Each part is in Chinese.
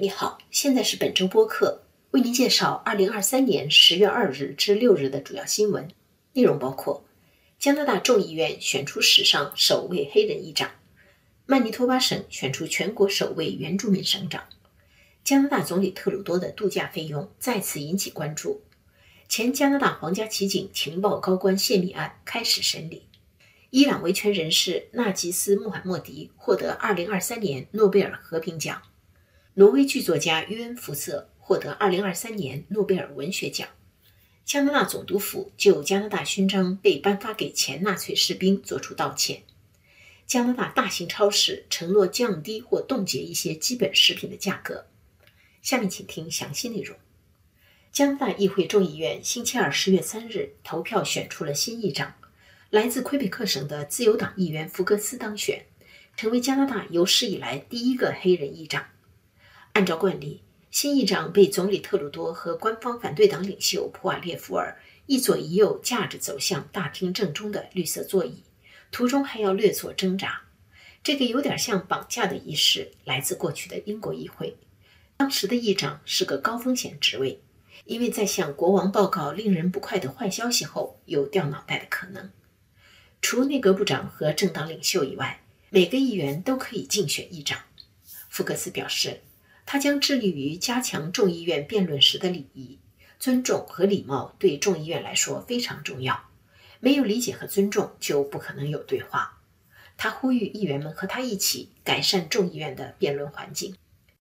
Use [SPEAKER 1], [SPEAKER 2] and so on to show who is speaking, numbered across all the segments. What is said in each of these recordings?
[SPEAKER 1] 你好，现在是本周播客，为您介绍2023年10月2日至6日的主要新闻。内容包括：加拿大众议院选出史上首位黑人议长，曼尼托巴省选出全国首位原住民省长，加拿大总理特鲁多的度假费用再次引起关注，前加拿大皇家骑警情报高官泄密案开始审理，伊朗维权人士纳吉斯·穆罕默迪获得2023年诺贝尔和平奖，挪威剧作家约恩·福瑟获得2023年诺贝尔文学奖。加拿大总督府就加拿大勋章被颁发给前纳粹士兵作出道歉。加拿大大型超市承诺降低或冻结一些基本食品的价格。下面请听详细内容。加拿大议会众议院星期二10月3日投票选出了新议长，来自魁北克省的自由党议员福格斯当选，成为加拿大有史以来第一个黑人议长。按照惯例，新议长被总理特鲁多和官方反对党领袖普瓦列夫尔一左一右架着走向大厅正中的绿色座椅，途中还要略作挣扎。这个有点像绑架的仪式来自过去的英国议会。当时的议长是个高风险职位，因为在向国王报告令人不快的坏消息后有掉脑袋的可能。除内阁部长和政党领袖以外，每个议员都可以竞选议长。福克斯表示，他将致力于加强众议院辩论时的礼仪，尊重和礼貌对众议院来说非常重要，没有理解和尊重就不可能有对话。他呼吁议员们和他一起改善众议院的辩论环境。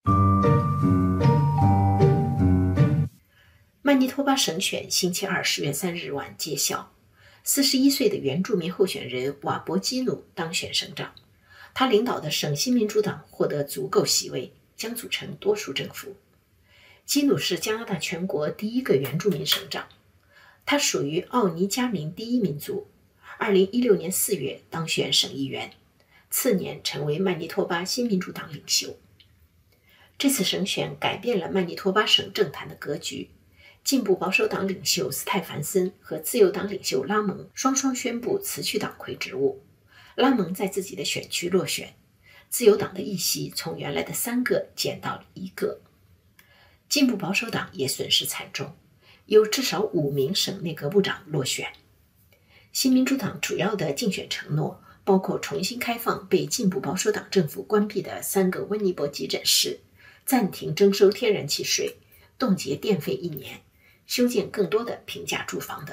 [SPEAKER 1] 曼尼托巴省选星期二10月3日晚揭晓，41岁的原住民候选人瓦博基努当选省长，他领导的省新民主党获得足够席位，将组成多数政府。基努是加拿大全国第一个原住民省长，他属于奥尼加民第一民族，2016年4月当选省议员，次年成为曼尼托巴新民主党领袖。这次省选改变了曼尼托巴省政坛的格局，进步保守党领袖斯泰凡森和自由党领袖拉蒙双双宣布辞去党魁职务，拉蒙在自己的选区落选，自由党的议席从原来的3个减到了1个。进步保守党也损失惨重，有至少5名省内阁部长落选。新民主党主要的竞选承诺包括重新开放被进步保守党政府关闭的3个温尼伯急诊室，暂停征收天然气税，冻结电费1年，修建更多的平价住房等。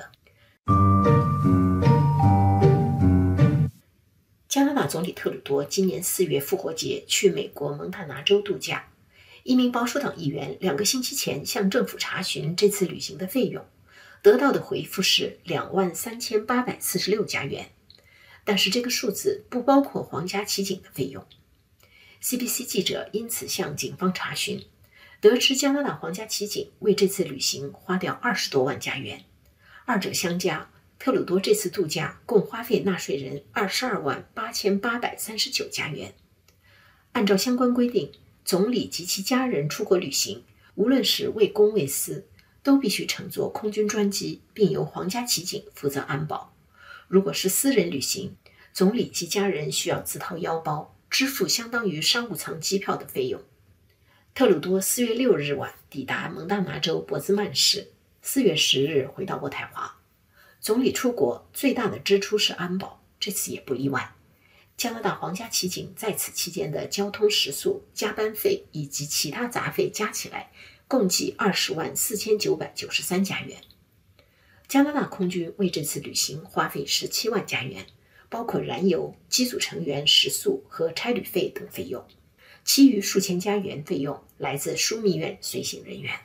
[SPEAKER 1] 加拿大总理特鲁多今年4月复活节去美国蒙大拿州度假，一名保守党议员2个星期前向政府查询这次旅行的费用，得到的回复是23846加元，但是这个数字不包括皇家骑警的费用。CBC 记者因此向警方查询，得知加拿大皇家骑警为这次旅行花掉20多万加元，二者相加，特鲁多这次度假共花费纳税人22万8839加元。按照相关规定，总理及其家人出国旅行，无论是为公为私，都必须乘坐空军专机，并由皇家骑警负责安保。如果是私人旅行，总理及家人需要自掏腰包，支付相当于商务舱机票的费用。特鲁多4月6日晚抵达蒙大拿州博兹曼市，4月10日回到渥太华。总理出国最大的支出是安保，这次也不意外。加拿大皇家骑警在此期间的交通食宿、加班费以及其他杂费加起来共计20万4993加元。加拿大空军为这次旅行花费17万加元，包括燃油、机组成员食宿和差旅费等费用，其余数千加元费用来自枢密院随行人员。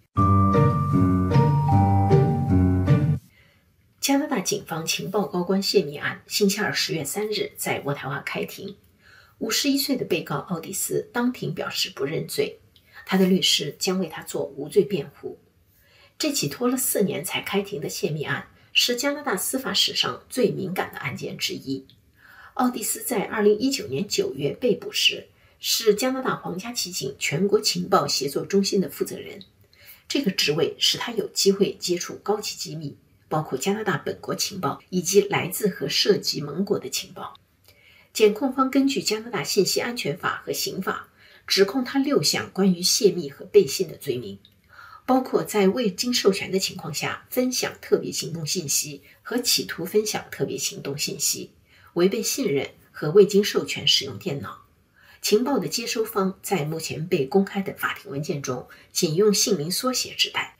[SPEAKER 1] 加拿大警方情报高官泄密案星期二10月3日在渥太华开庭，51岁的被告奥蒂斯当庭表示不认罪，他的律师将为他做无罪辩护。这起拖了4年才开庭的泄密案是加拿大司法史上最敏感的案件之一。奥蒂斯在2019年9月被捕时，是加拿大皇家骑警全国情报协作中心的负责人，这个职位使他有机会接触高级机密，包括加拿大本国情报以及来自和涉及盟国的情报。检控方根据加拿大信息安全法和刑法， 指控他6项关于泄密和背信的罪名，包括在未经授权的情况下分享特别行动信息和企图分享特别行动信息，违背信任和未经授权使用电脑。情报的接收方在目前被公开的法庭文件中仅用姓名缩写指代。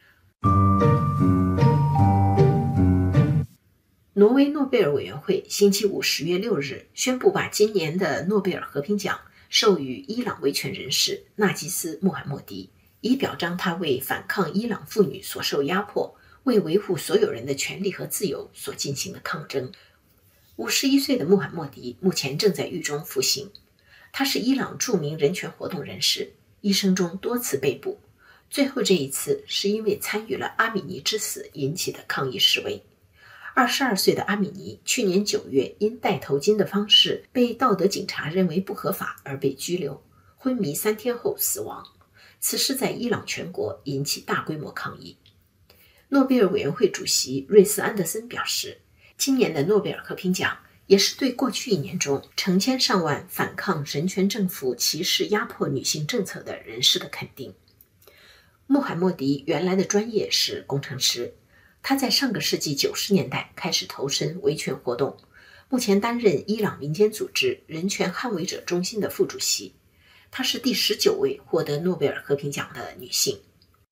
[SPEAKER 1] 挪威诺贝尔委员会星期五10月6日宣布把今年的诺贝尔和平奖授予伊朗维权人士纳吉斯·穆罕默迪，以表彰他为反抗伊朗妇女所受压迫，为维护所有人的权利和自由所进行的抗争。51岁的穆罕默迪目前正在狱中服刑。他是伊朗著名人权活动人士，一生中多次被捕，最后这一次是因为参与了阿米尼之死引起的抗议示威。22岁的阿米尼去年9月因戴头巾的方式被道德警察认为不合法而被拘留，昏迷3天后死亡。此事在伊朗全国引起大规模抗议。诺贝尔委员会主席瑞斯·安德森表示，今年的诺贝尔和平奖也是对过去1年中成千上万反抗人权政府歧视压迫女性政策的人士的肯定。穆罕默迪原来的专业是工程师，他在上个世纪90年代开始投身维权活动，目前担任伊朗民间组织人权捍卫者中心的副主席。她是第19位获得诺贝尔和平奖的女性。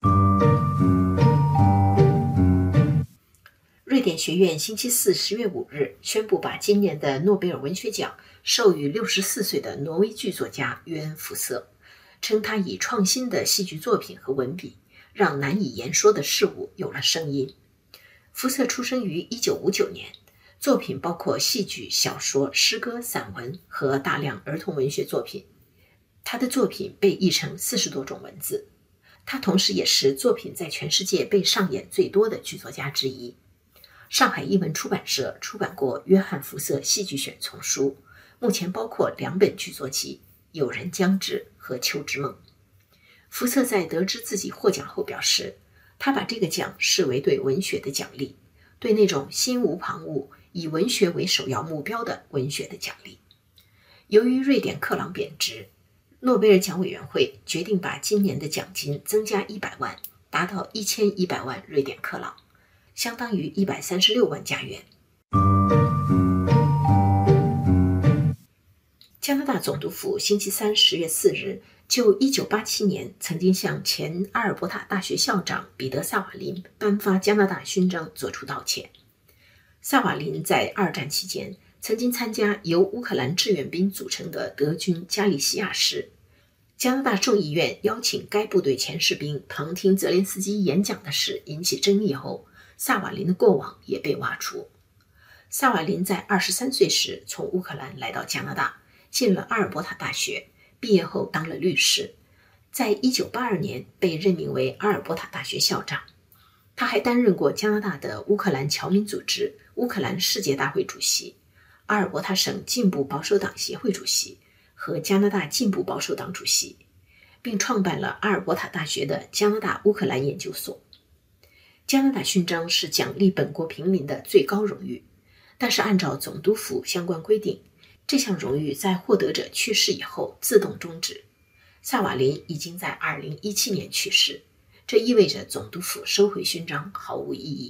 [SPEAKER 1] 瑞典学院星期四10月5日宣布把今年的诺贝尔文学奖授予64岁的挪威剧作家约恩·福瑟，称他以创新的戏剧作品和文笔让难以言说的事物有了声音。福瑟出生于1959年，作品包括戏剧、小说、诗歌、散文和大量儿童文学作品。他的作品被译成40多种文字。他同时也是作品在全世界被上演最多的剧作家之一。上海译文出版社出版过约翰·福瑟戏剧选丛书，目前包括2本剧作集《有人将至》和《秋之梦》。福瑟在得知自己获奖后表示，他把这个奖视为对文学的奖励，对那种心无旁骛、以文学为首要目标的文学的奖励。由于瑞典克朗贬值，诺贝尔奖委员会决定把今年的奖金增加100万，达到1100万瑞典克朗，相当于136万加元。加拿大总督府星期三10月4日就1987年曾经向前阿尔伯塔大学校长彼得·萨瓦林颁发加拿大勋章作出道歉。萨瓦林在2战期间曾经参加由乌克兰志愿兵组成的德军加利西亚师。加拿大众议院邀请该部队前士兵旁听泽连斯基演讲的事引起争议后，萨瓦林的过往也被挖出。萨瓦林在23岁时从乌克兰来到加拿大，进了阿尔伯塔大学，毕业后当了律师，在1982年被任命为阿尔伯塔大学校长。他还担任过加拿大的乌克兰侨民组织乌克兰世界大会主席、阿尔伯塔省进步保守党协会主席和加拿大进步保守党主席，并创办了阿尔伯塔大学的加拿大乌克兰研究所。加拿大勋章是奖励本国平民的最高荣誉，但是按照总督府相关规定，这项荣誉在获得者去世以后自动终止。萨瓦林已经在2017年去世，这意味着总督府收回勋章毫无意义。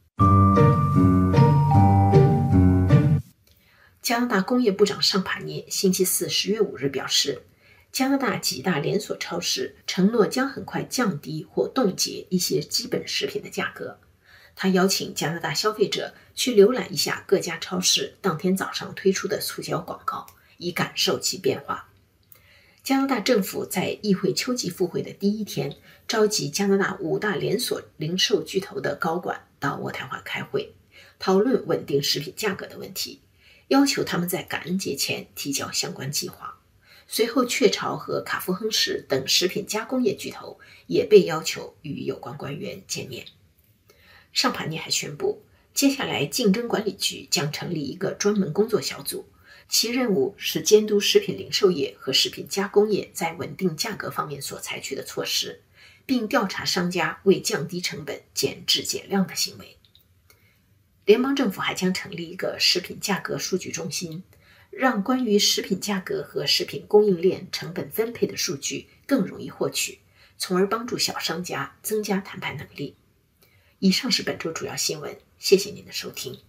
[SPEAKER 1] 加拿大工业部长尚帕涅星期四10月5日表示，加拿大几大连锁超市承诺将很快降低或冻结一些基本食品的价格。他邀请加拿大消费者去浏览一下各家超市当天早上推出的促销广告，以感受其变化。加拿大政府在议会秋季复会的第一天，召集加拿大5大连锁零售巨头的高管到渥太华开会，讨论稳定食品价格的问题，要求他们在感恩节前提交相关计划。随后，雀巢和卡夫亨氏等食品加工业巨头也被要求与有关官员见面。尚帕涅还宣布，接下来竞争管理局将成立一个专门工作小组，其任务是监督食品零售业和食品加工业在稳定价格方面所采取的措施，并调查商家为降低成本减质减量的行为。联邦政府还将成立一个食品价格数据中心， 让关于食品价格和食品供应链成本分配的数据更容易获取，从而帮助小商家增加谈判能力。以上是本周主要新闻，谢谢您的收听。